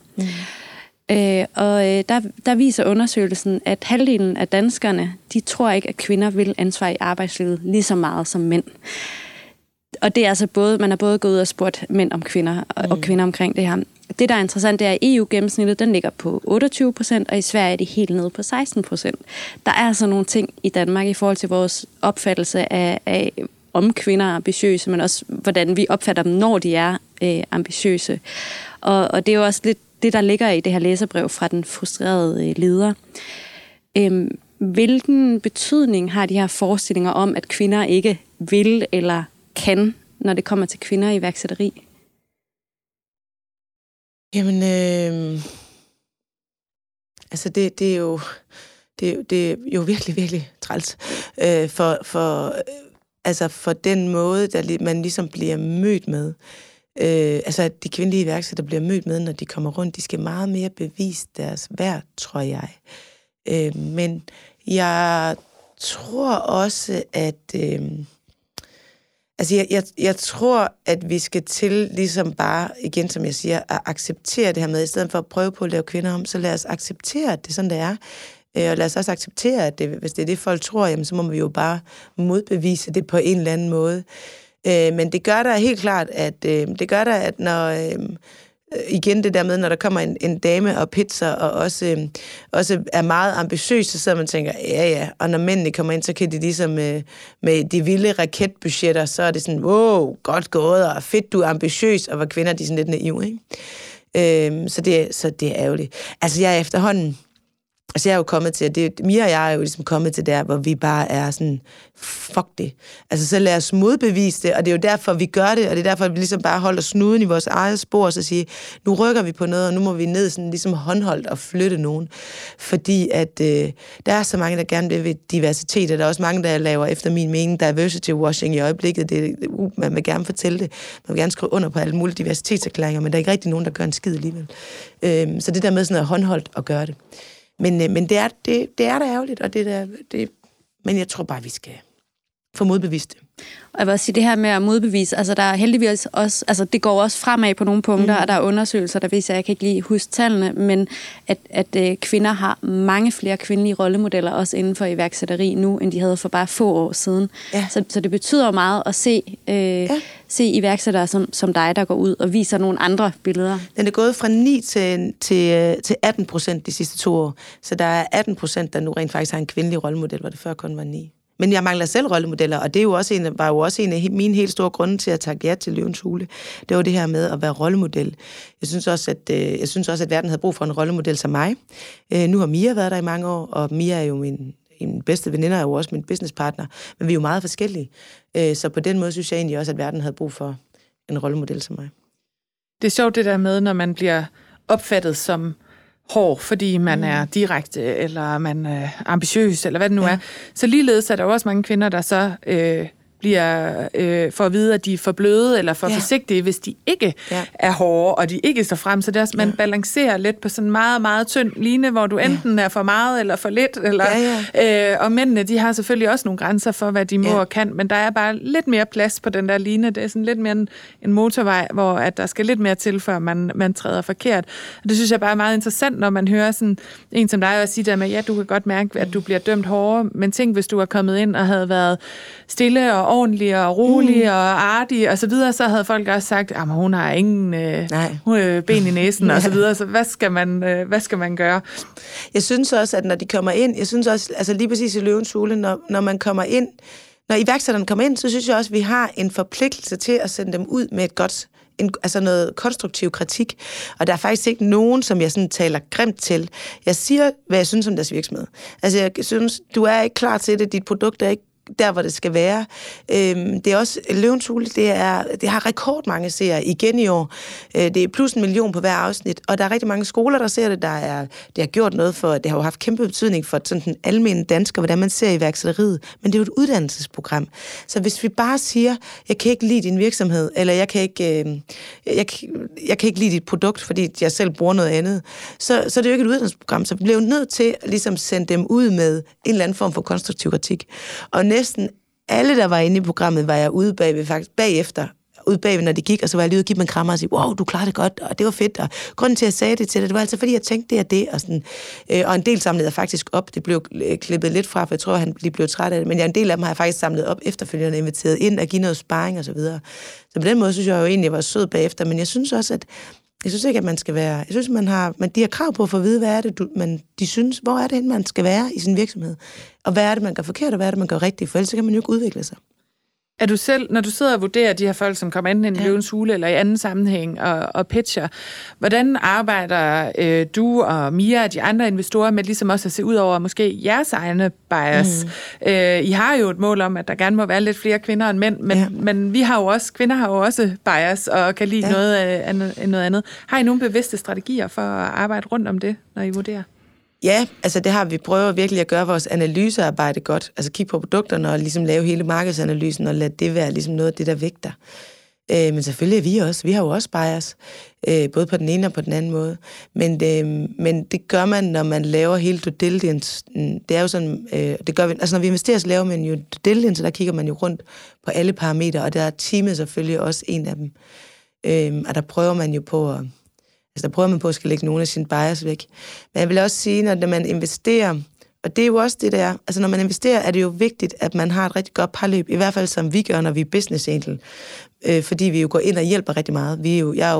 Der viser undersøgelsen, at halvdelen af danskerne, de tror ikke, at kvinder vil ansvar i arbejdslivet lige så meget som mænd. Og det er altså man har både gået ud og spurgt mænd om kvinder og kvinder omkring det her. Det, der er interessant, det er, at EU-gennemsnittet, den ligger på 28%, og i Sverige er det helt nede på 16%. Der er altså nogle ting i Danmark i forhold til vores opfattelse af om kvinder er ambitiøse, men også hvordan vi opfatter dem, når de er ambitiøse. Og det er jo også lidt det, der ligger i det her læserbrev fra den frustrerede leder. Hvilken betydning har de her forestillinger om, at kvinder ikke vil eller kan, når det kommer til kvinder i iværksætteri? Jamen, det er jo virkelig, virkelig træls for den måde, der man ligesom bliver mødt med. At de kvindelige iværksættere bliver mødt med, når de kommer rundt. De skal meget mere bevise deres værd, tror jeg. Men jeg tror også, at jeg tror, at vi skal til ligesom bare, igen som jeg siger, at acceptere det her med, i stedet for at prøve på at lave kvinder om, så lad os acceptere, at det er sådan, det er. Og lad os også acceptere, at hvis det er det, folk tror, jamen, så må vi jo bare modbevise det på en eller anden måde. Men det gør der helt klart, at når... igen det der med, når der kommer en dame og pizza, og også er meget ambitiøs, så sidder man og tænker, ja, og når mændene kommer ind, så kan de ligesom med de vilde raketbudgetter, så er det sådan, wow, godt gået, og fedt, du er ambitiøs, og hvor kvinder, de er sådan lidt naive, ikke? Så det er ærgerligt. Altså, jeg er efterhånden, jeg er jo kommet til, Mia og jeg er jo ligesom kommet til der, hvor vi bare er sådan, fuck det. Altså, så lad os modbevise det, og det er jo derfor, vi gør det, og det er derfor, vi ligesom bare holder snuden i vores eget spor, og så siger, nu rykker vi på noget, og nu må vi ned sådan ligesom håndholdt og flytte nogen. Fordi at der er så mange, der gerne vil diversitet, og der er også mange, der laver, efter min mening, diversity washing i øjeblikket. Man vil gerne fortælle det. Man vil gerne skrive under på alle mulige diversitetserklæringer, men der er ikke rigtig nogen, der gør en skid alligevel. Så det der med sådan at håndholdt at gøre det. Men det er da ærgerligt, og men jeg tror bare, vi skal få modbevist det. Og jeg vil også sige, det her med at modbevise, altså der er heldigvis også, altså det går også fremad på nogle punkter, og der er undersøgelser, der viser, jeg kan ikke lige huske tallene, men at kvinder har mange flere kvindelige rollemodeller, også inden for iværksætteri nu, end de havde for bare få år siden. Ja. Så det betyder meget at se iværksættere som dig, der går ud og viser nogle andre billeder. Den er gået fra 9 til 18% de sidste 2 år, så der er 18%, der nu rent faktisk har en kvindelig rollemodel, hvor det før kun var 9. Men jeg mangler selv rollemodeller, og det er jo var jo også en af mine helt store grunde til at takke ja til Løvens Hule. Det var det her med at være rollemodel. Jeg synes også, at verden havde brug for en rollemodel som mig. Nu har Mia været der i mange år, og Mia er jo min bedste veninde, er jo også min businesspartner, men vi er jo meget forskellige. Så på den måde synes jeg egentlig også, at verden havde brug for en rollemodel som mig. Det er sjovt det der med, når man bliver opfattet som hård, fordi man er direkte, eller man er ambitiøs, eller hvad det nu er. Så ligeledes er der jo også mange kvinder, der så får at vide, at de er for bløde eller for forsigtige, hvis de ikke er hårde, og de ikke står frem. Så det er også, man balancerer lidt på sådan en meget, meget tynd line, hvor du enten er for meget eller for lidt. Eller, og mændene, de har selvfølgelig også nogle grænser for, hvad de må og kan, men der er bare lidt mere plads på den der line. Det er sådan lidt mere en motorvej, hvor at der skal lidt mere til, før man træder forkert. Og det synes jeg bare er meget interessant, når man hører sådan en som dig og sige der med, ja, du kan godt mærke, at du bliver dømt hårdere, men tænk, hvis du var kommet ind og havde været stille og ordentlig og rolig og artig og så videre, så havde folk også sagt, at hun har ingen ben i næsen og så videre, så hvad skal man gøre? Jeg synes også, at når de kommer ind, altså lige præcis i Løvens Hule, når man kommer ind, når iværksætterne kommer ind, så synes jeg også, at vi har en forpligtelse til at sende dem ud med et godt, altså noget konstruktiv kritik. Og der er faktisk ikke nogen, som jeg sådan taler grimt til. Jeg siger, hvad jeg synes om deres virksomhed. Altså jeg synes, du er ikke klar til det, dit produkt er ikke der, hvor det skal være. Det er også Løvens Hule, det har rekordmange seere igen i år. Det er plus 1 million på hver afsnit, og der er rigtig mange skoler, der ser det. Det har gjort noget for, det har jo haft kæmpe betydning for sådan den almindelige dansker, hvordan man ser iværksætteriet, men det er jo et uddannelsesprogram. Så hvis vi bare siger, jeg kan ikke lide din virksomhed, eller jeg kan ikke lide dit produkt, fordi jeg selv bruger noget andet, så er det jo ikke et uddannelsesprogram, så vi bliver jo nødt til at ligesom sende dem ud med en eller anden form for konstruktiv kritik. Og næsten alle, der var inde i programmet, var jeg ude bagefter, når de gik, og så var jeg lige ude og give dem en krammer og sige, wow, du klarede det godt, og det var fedt, og grunden til, at jeg sagde det til dig, det var altså, fordi jeg tænkte, det er det, og sådan, og en del samlede jeg faktisk op, det blev klippet lidt fra, for jeg tror, han blev træt af det, men en del af dem har jeg faktisk samlet op efterfølgende, inviteret ind og give noget sparring og så videre. Så på den måde synes jeg jo egentlig, jeg var sød bagefter, men jeg synes også, at jeg synes ikke, at man skal være... Jeg synes, de har krav på at få at vide, hvad er det, de synes, hvor er det, man skal være i sin virksomhed, og hvad er det, man gør forkert, og hvad er det, man gør rigtigt, for ellers kan man jo ikke udvikle sig. Er du selv, når du sidder og vurderer de her folk, som kommer enten i Løvens Hule eller i anden sammenhæng og pitcher, hvordan arbejder du og Mia og de andre investorer med ligesom også at se ud over måske jeres egne bias? I har jo et mål om, at der gerne må være lidt flere kvinder end mænd, men kvinder har jo også bias og kan lide noget andet. Har I nogle bevidste strategier for at arbejde rundt om det, når I vurderer? Ja, altså det har vi prøvet virkelig at gøre vores analysearbejde godt. Altså kigge på produkterne og ligesom lave hele markedsanalysen og lade det være ligesom noget af det, der vægter. Men selvfølgelig er vi også. Vi har jo også bias, både på den ene og på den anden måde. Men det gør man, når man laver hele due diligence. Det er jo sådan, det gør vi, altså når vi investerer, så laver man jo due diligence, og der kigger man jo rundt på alle parametre, og der er teamet selvfølgelig også en af dem. Og der prøver man jo på at skal lægge nogle af sine bias væk. Men jeg vil også sige, når man investerer, og det er jo også det der, altså når man investerer, er det jo vigtigt, at man har et rigtig godt parløb, i hvert fald som vi gør, når vi er business angel, fordi vi jo går ind og hjælper rigtig meget. Jeg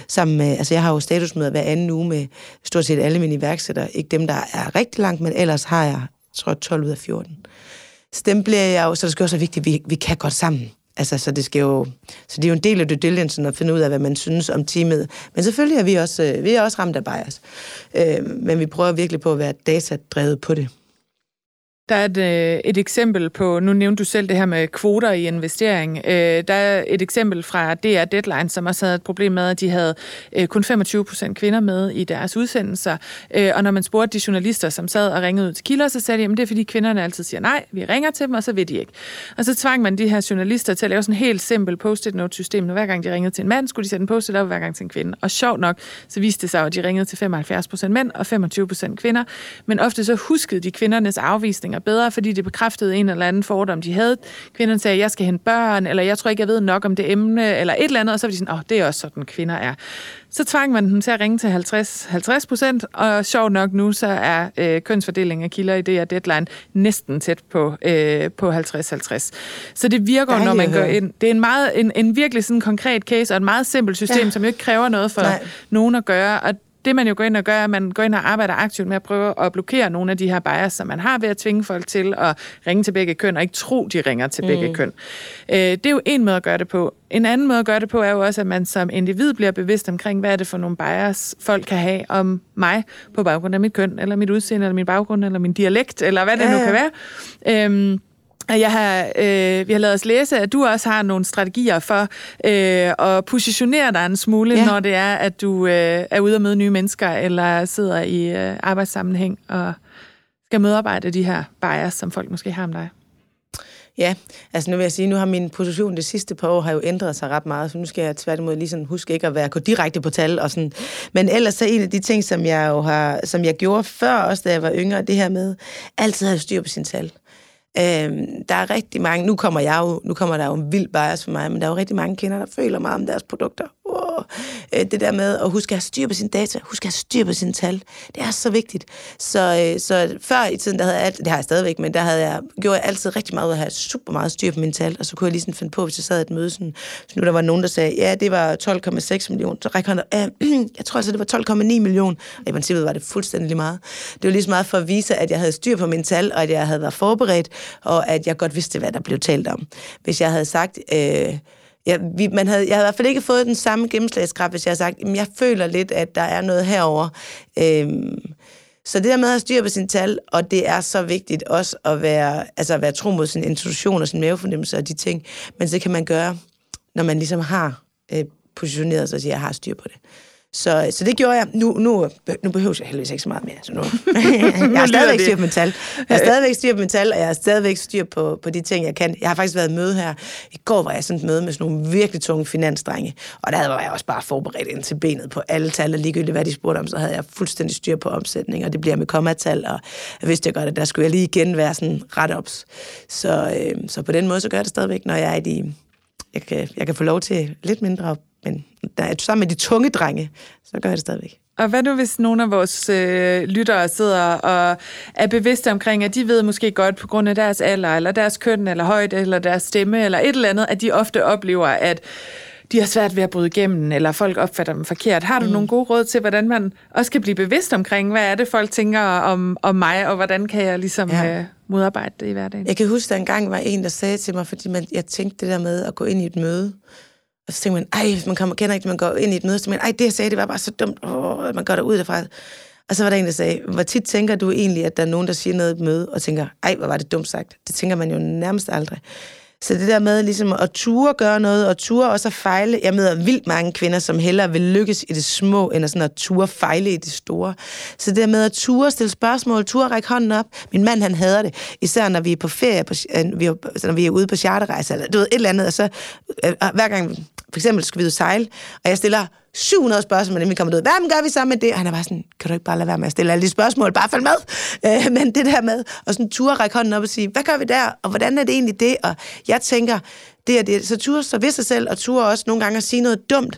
har jo statusmøder hver anden uge med stort set alle mine iværksættere, ikke dem, der er rigtig langt, men ellers har jeg, tror 12 ud af 14. Så dem bliver jeg jo, så det skal også være vigtigt, at vi kan godt sammen. Altså, så det er jo en del af due diligence at finde ud af, hvad man synes om teamet. Men selvfølgelig er vi er også ramt af bias. Men vi prøver virkelig på at være datadrevet på det. Der er et eksempel på, nu nævnte du selv det her med kvoter i investering. Der er et eksempel fra DR Deadline, som også havde et problem med, at de havde kun 25% kvinder med i deres udsendelser. Og når man spurgte de journalister, som sad og ringede ud til kilder, så sagde de, at det er fordi kvinderne altid siger nej, vi ringer til dem, og så ved de ikke. Og så tvang man de her journalister til at lave sådan en helt simpel post-it note-system. Hver gang de ringede til en mand, skulle de sætte en post-it op, hver gang til en kvinde. Og sjovt nok, så viste det sig, at de ringede til 75% mænd og 25% kvinder. Men ofte så huskede de kvindernes afvisninger bedre, fordi det bekræftede en eller anden fordom, de havde. Kvinderne sagde, jeg skal hente børn, eller jeg tror ikke, jeg ved nok om det emne, eller et eller andet, og så var de sådan, det er også sådan, kvinder er. Så tvang man dem til at ringe til 50%, og sjovt nok nu, så er kønsfordelingen af kilder i DR Deadline næsten tæt på 50-50. Så det virker, når man går ind. Det er en virkelig sådan konkret case, og et meget simpelt system, som jo ikke kræver noget for nogen at gøre, og det, man jo går ind og gør, er, at man går ind og arbejder aktivt med at prøve at blokere nogle af de her bias, som man har ved at tvinge folk til at ringe til begge køn, og ikke tro, de ringer til begge køn. Det er jo en måde at gøre det på. En anden måde at gøre det på er jo også, at man som individ bliver bevidst omkring, hvad er det for nogle bias, folk kan have om mig på baggrund af mit køn, eller mit udseende, eller min baggrund, eller min dialekt, eller hvad det nu kan være. Vi har lavet os læse, at du også har nogle strategier for at positionere dig en smule, når det er, at du er ude at møde nye mennesker, eller sidder i arbejdssammenhæng og skal modarbejde de her bias, som folk måske har om dig. Ja, altså nu vil jeg sige, nu har min position det sidste par år har jo ændret sig ret meget, så nu skal jeg tværtimod lige sådan huske ikke at gå direkte på tal og sådan. Men ellers så en af de ting, som jeg gjorde før også, da jeg var yngre, det her med altid at have styr på sine tal. Der er rigtig mange, nu kommer der jo en vild bias for mig, men der er jo rigtig mange kvinder, der føler meget om deres produkter. Det der med at huske at have styr på sine data, huske at have styr på sine tal, det er så vigtigt. Så før i tiden, der havde jeg, det har jeg stadigvæk, men gjorde jeg altid rigtig meget ud at have super meget styr på mine tal, og så kunne jeg lige sådan finde på, hvis jeg sad i et møde, sådan, så nu der var nogen, der sagde, ja, det var 12,6 millioner, så rækker han, jeg tror altså, det var 12,9 millioner, og i princippet var det fuldstændig meget. Det var lige så meget for at vise, at jeg havde styr på mine tal, og at jeg havde været forberedt, og at jeg godt vidste, hvad der blev talt om. Hvis jeg havde sagt... jeg havde i hvert fald ikke fået den samme gennemslagskraft, hvis jeg havde sagt, jeg føler lidt, at der er noget herover. Så det der med at have styr på sine tal, og det er så vigtigt også at være tro mod sin intuition og sin mavefornemmelse og de ting, men det kan man gøre, når man ligesom har positioneret sig og siger, at jeg har styr på det. Så det gjorde jeg. Nu behøver jeg heldigvis ikke så meget mere. Så nu. Jeg har stadigvæk styr på min tal. Og jeg har stadigvæk styr på de ting, jeg kan. Jeg har faktisk været i møde her. I går var jeg sådan et møde med sådan nogle virkelig tunge finansdrenge, og der var jeg også bare forberedt ind til benet på alle tal, og ligegyldigt hvad de spurgte om, så havde jeg fuldstændig styr på omsætning, og det bliver med kommatal, og jeg vidste godt, at der skulle jeg lige igen være sådan ret ops. Så på den måde, så gør jeg det stadigvæk, når jeg er jeg kan få lov til lidt mindre, men der er sammen med de tunge drenge, så gør jeg det stadigvæk. Og hvad nu, hvis nogle af vores lyttere sidder og er bevidste omkring, at de ved måske godt på grund af deres alder, eller deres køn, eller højde, eller deres stemme, eller et eller andet, at de ofte oplever, at de har svært ved at bryde igennem, eller folk opfatter dem forkert. Har du nogle gode råd til, hvordan man også kan blive bevidst omkring, hvad er det, folk tænker om mig, og hvordan kan jeg ligesom modarbejde det i hverdagen? Jeg kan huske, at der engang var en, der sagde til mig, fordi jeg tænkte det der med at gå ind i et møde, og så tænker man, hvis man kender ikke, man går ind i et møde, så tænker man, det jeg sagde, det var bare så dumt, man går derud derfra. Og så var der en, der sagde, hvor tit tænker du egentlig, at der er nogen, der siger noget i et møde, og tænker, hvor var det dumt sagt. Det tænker man jo nærmest aldrig. Så det der med ligesom at ture gøre noget, og ture også at fejle. Jeg møder vildt mange kvinder, som hellere vil lykkes i det små, end at sådan at ture fejle i det store. Så det der med at ture stille spørgsmål, ture række hånden op. Min mand, han hader det. Især når vi er på ferie, når vi er ude på charterrejse, eller du ved, et eller andet. Og så hver gang, for eksempel skal vi ud og sejle, og jeg stiller 700 spørgsmål, når vi kommer ud. Hvad gør vi sammen med det? Og han er bare sådan, kan du ikke bare lade være med at stille alle de spørgsmål? Bare følg med. Men det der med, og sådan ture række hånden op og sige, hvad gør vi der? Og hvordan er det egentlig det? Og jeg tænker, det er det. Så ture står ved sig selv, og ture også nogle gange at sige noget dumt.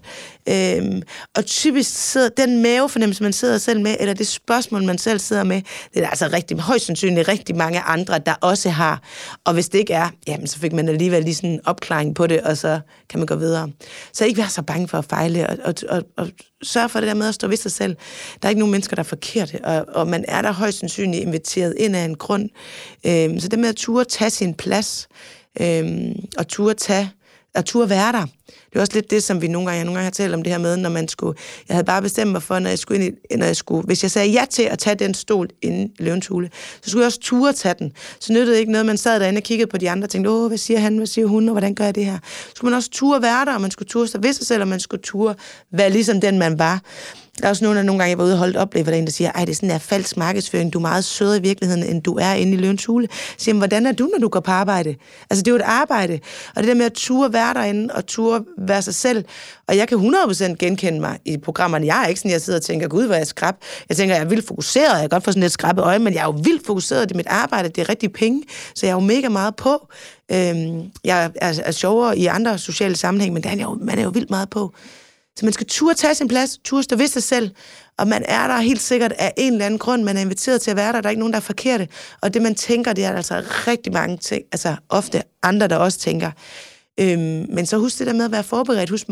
Og typisk sidder den mavefornemmelse, man sidder selv med, eller det spørgsmål, man selv sidder med, det er der altså højst sandsynligt rigtig mange andre, der også har. Og hvis det ikke er, jamen så fik man alligevel lige sådan en opklaring på det, og så kan man gå videre. Så ikke være så bange for at fejle, og sørge for det der med at stå ved sig selv. Der er ikke nogen mennesker, der er forkerte, og man er der højst sandsynligt inviteret ind af en grund. Så det med at ture tage sin plads, og ture være der. Det er også lidt det, som vi nogle gange har talt om det her med, når man skulle... Jeg havde bare bestemt mig for, hvis jeg sagde ja til at tage den stol inde i Løvens Hule, så skulle jeg også ture tage den. Så nyttede det ikke noget, man sad derinde og kiggede på de andre og tænkte, hvad siger han, hvad siger hun, og hvordan gør jeg det her? Så skulle man også ture være der, og man skulle ture sig ved sig selv, og man skulle ture være ligesom den, man var. Der er også nogle gange, jeg var ude og holde oplevet, hvor der en, der siger, det er sådan en falsk markedsføring, du er meget sødere i virkeligheden, end du er inde i Løvens Hule. Så siger, hvordan er du, når du går på arbejde? Altså, det er jo et arbejde. Og det der med at ture være derinde, og ture være sig selv. Og jeg kan 100% genkende mig i programmerne. Jeg er ikke sådan, jeg sidder og tænker, gud, hvor er jeg skrab. Jeg tænker, jeg er vildt fokuseret, jeg kan godt få sådan lidt skrabbe øje, men jeg er jo vildt fokuseret i mit arbejde, det er rigtig penge, så jeg er jo mega meget på. Jeg er sjovere i andre sociale sammenhæng, men man er jo vildt meget på. Så man skal turde tage sin plads, turde stå ved sig selv, og man er der helt sikkert af en eller anden grund, man er inviteret til at være der, der er ikke nogen, der er forkerte, og det man tænker, det er altså rigtig mange ting, altså ofte andre, der også tænker. Men så husk det der med at være forberedt, husk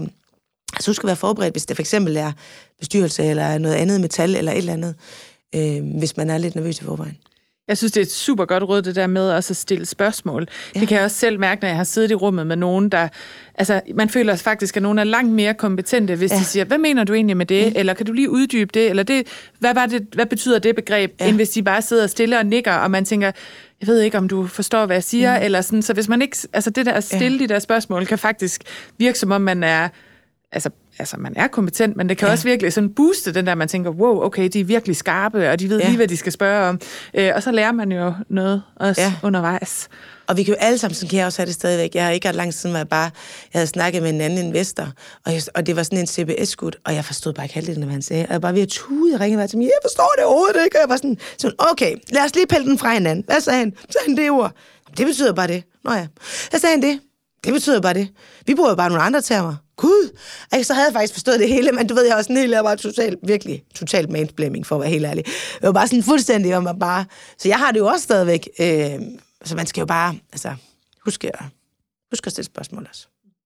at være forberedt, hvis det for eksempel er bestyrelse, eller noget andet metal, eller et eller andet, hvis man er lidt nervøs i forvejen. Jeg synes, det er et super godt råd, det der med også at stille spørgsmål. Ja. Det kan jeg også selv mærke, når jeg har siddet i rummet med nogen, der... Altså, man føler faktisk, at nogen er langt mere kompetente, hvis de siger, hvad mener du egentlig med det? Eller kan du lige uddybe det? Eller hvad betyder det begreb? End hvis de bare sidder stille og nikker, og man tænker, jeg ved ikke, om du forstår, hvad jeg siger, eller sådan. Så hvis man ikke... Altså, det der at stille de der spørgsmål, kan faktisk virke, som om man er altså man er kompetent, men det kan også virkelig sådan booste den der, man tænker, wow, okay, de er virkelig skarpe, og de ved lige, hvad de skal spørge om. Og så lærer man jo noget også undervejs. Og vi kan jo alle sammen, sådan kan jeg også have det stadigvæk. Jeg har ikke ret lang tid siden, hvor jeg havde snakket med en anden investor, og det var sådan en CBS-skud, og jeg forstod bare ikke halvdelen af, hvad han sagde. Og jeg var ved at tude og ringe til mig, jeg forstår det overhovedet ikke. Og jeg var sådan, okay, lad os lige pille den fra hinanden. Hvad sagde han? Sagde han det ord? Det betyder bare det. Nå ja. Hvad sagde han det? Det betyder bare det. Vi bruger jo bare nogle andre termer. Gud! Så havde jeg faktisk forstået det hele, men du ved, jeg var sådan helt, jeg var totalt mansplaining, for at være helt ærlig. Jeg var bare sådan fuldstændig om at bare... Så jeg har det jo også stadigvæk... Så man skal jo bare huske at stille spørgsmål også.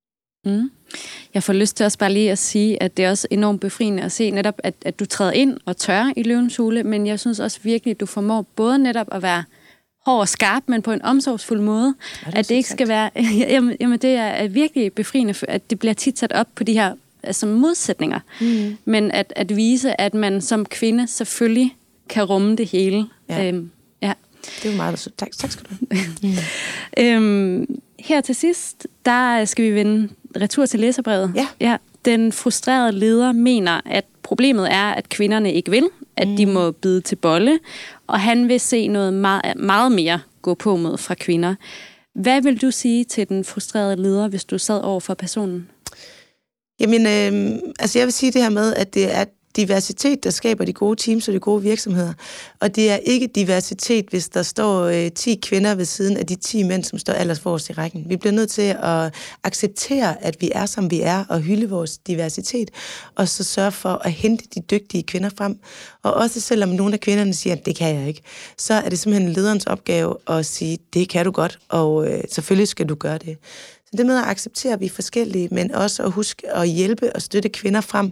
Jeg får lyst til også bare lige at sige, at det er også enormt befriende at se netop, at du træder ind og tør i Løvens Hule, men jeg synes også virkelig, at du formår både netop at være hård og skarp, men på en omsorgsfuld måde. At det ikke skal være... Jamen, det er virkelig befriende, at det bliver tit sat op på de her som modsætninger. Men at vise, at man som kvinde selvfølgelig kan rumme det hele. Ja. Det er jo meget sødt. Tak skal du have. Her til sidst, der skal vi vende retur til læserbrevet. Ja. Den frustrerede leder mener, at problemet er, at kvinderne ikke vil, at de må bide til bolle, og han vil se noget meget, meget mere gå på mod fra kvinder. Hvad vil du sige til den frustrerede leder, hvis du sad over for personen? Jamen, jeg vil sige det her med, at det er diversitet, der skaber de gode teams og de gode virksomheder. Og det er ikke diversitet, hvis der står 10 kvinder ved siden af de 10 mænd, som står allerforrest i rækken. Vi bliver nødt til at acceptere, at vi er, som vi er, og hylde vores diversitet, og så sørge for at hente de dygtige kvinder frem. Og også selvom nogle af kvinderne siger, at det kan jeg ikke, så er det simpelthen lederens opgave at sige, det kan du godt, og selvfølgelig skal du gøre det. Så det med at acceptere, at vi er forskellige, men også at huske at hjælpe og støtte kvinder frem.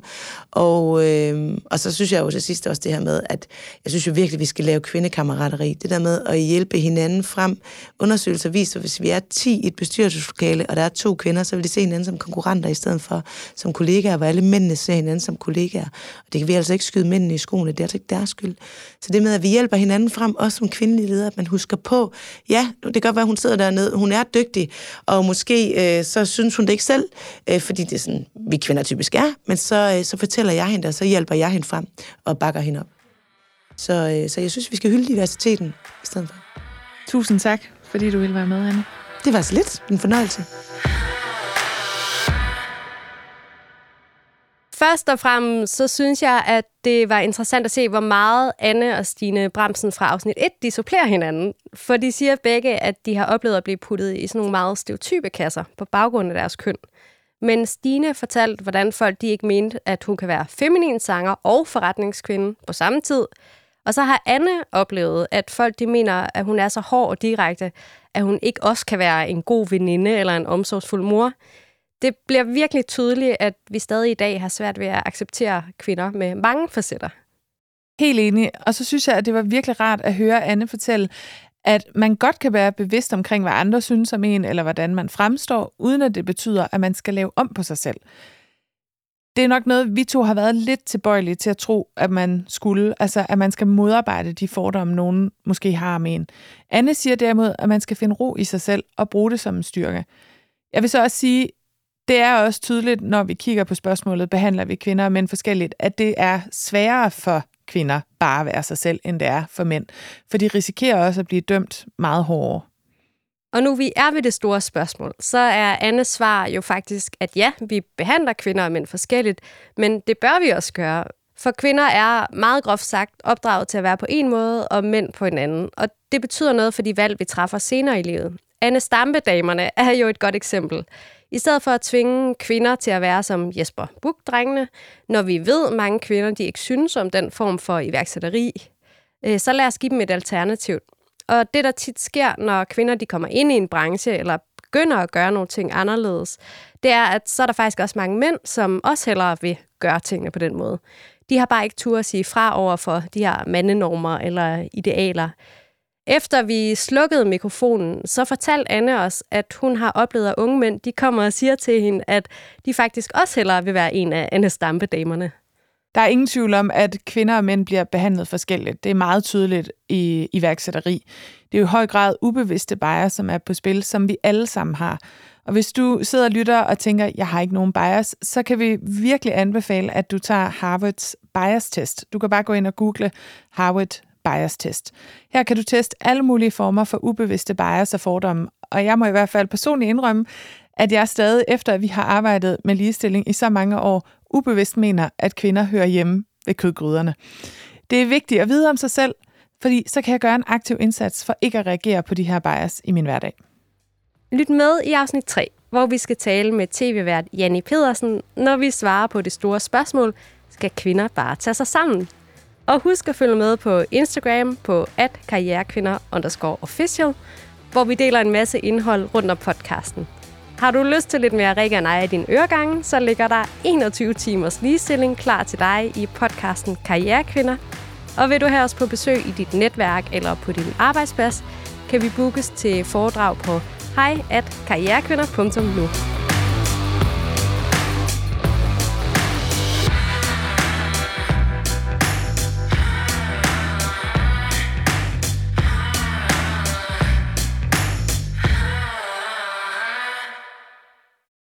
Og så synes jeg jo til sidst også det her med, at jeg synes jo virkelig, at vi skal lave kvindekammerateri. Det der med at hjælpe hinanden frem. Undersøgelser viser, at hvis vi er 10 i et bestyrelseslokale, og der er 2 kvinder, så vil de se hinanden som konkurrenter i stedet for som kollegaer, hvor alle mændene ser hinanden som kollegaer. Og det kan vi altså ikke skyde mændene i skoene, det er altså ikke deres skyld. Så det med, at vi hjælper hinanden frem, også som kvindelige ledere, at man husker på, ja, det kan godt være, at hun sidder dernede, hun er dygtig, og måske så synes hun det ikke selv, fordi det er sådan, vi kvinder typisk er, men så fortæller jeg hende, og så hjælper jeg hende frem og bakker hende op. Så jeg synes, vi skal hylde diversiteten i stedet for. Tusind tak, fordi du ville være med, Anne. Det var så lidt en fornøjelse. Først og fremmest, så synes jeg, at det var interessant at se, hvor meget Anne og Stine Bramsen fra afsnit 1, de supplerer hinanden. For de siger begge, at de har oplevet at blive puttet i sådan nogle meget stereotype kasser på baggrund af deres køn. Men Stine fortalte, hvordan folk de ikke mente, at hun kan være feminin sanger og forretningskvinde på samme tid. Og så har Anne oplevet, at folk de mener, at hun er så hård og direkte, at hun ikke også kan være en god veninde eller en omsorgsfuld mor. Det bliver virkelig tydeligt, at vi stadig i dag har svært ved at acceptere kvinder med mange facetter. Helt enig. Og så synes jeg, at det var virkelig rart at høre Anne fortælle, at man godt kan være bevidst omkring, hvad andre synes om en, eller hvordan man fremstår, uden at det betyder, at man skal lave om på sig selv. Det er nok noget, vi to har været lidt tilbøjelige til at tro, at man skulle, altså at man skal modarbejde de fordomme, nogen måske har om en. Anne siger derimod, at man skal finde ro i sig selv og bruge det som en styrke. Jeg vil så også sige, det er også tydeligt, når vi kigger på spørgsmålet, behandler vi kvinder og mænd forskelligt, at det er sværere for kvinder bare at være sig selv, end det er for mænd. For de risikerer også at blive dømt meget hårdere. Og nu vi er ved det store spørgsmål, så er Annes svar jo faktisk, at ja, vi behandler kvinder og mænd forskelligt, men det bør vi også gøre. For kvinder er meget groft sagt opdraget til at være på en måde, og mænd på en anden. Og det betyder noget for de valg, vi træffer senere i livet. Anne Stampe-damerne er jo et godt eksempel. I stedet for at tvinge kvinder til at være som Jesper Buch-drengene, når vi ved, at mange kvinder de ikke synes om den form for iværksætteri, så lad os give dem et alternativ. Og det, der tit sker, når kvinder de kommer ind i en branche eller begynder at gøre nogle ting anderledes, det er, at så er der faktisk også mange mænd, som også hellere vil gøre tingene på den måde. De har bare ikke tur at sige fra over for de her mandenormer eller idealer. Efter vi slukkede mikrofonen, så fortalte Anne os, at hun har oplevet, at unge mænd de kommer og siger til hende, at de faktisk også hellere vil være en af Anne Stampe-damerne. Der er ingen tvivl om, at kvinder og mænd bliver behandlet forskelligt. Det er meget tydeligt i iværksætteri. Det er jo i høj grad ubevidste bias, som er på spil, som vi alle sammen har. Og hvis du sidder og lytter og tænker, jeg har ikke nogen bias, så kan vi virkelig anbefale, at du tager Harvards bias-test. Du kan bare gå ind og google Harvard bias-test. Her kan du teste alle mulige former for ubevidste bias og fordomme. Og jeg må i hvert fald personligt indrømme, at jeg stadig, efter at vi har arbejdet med ligestilling i så mange år, ubevidst mener, at kvinder hører hjemme ved kødgryderne. Det er vigtigt at vide om sig selv, fordi så kan jeg gøre en aktiv indsats for ikke at reagere på de her bias i min hverdag. Lyt med i afsnit 3, hvor vi skal tale med tv-vært Janni Pedersen, når vi svarer på det store spørgsmål, skal kvinder bare tage sig sammen? Og husk at følge med på Instagram på @karrierekvinder_official, hvor vi deler en masse indhold rundt om podcasten. Har du lyst til lidt mere Rikke og Naja i dine øregange, så ligger der 21 timers ligestilling klar til dig i podcasten Karrierekvinder. Og vil du have os på besøg i dit netværk eller på din arbejdsplads, kan vi bookes til foredrag på hi@karrierekvinder.nu.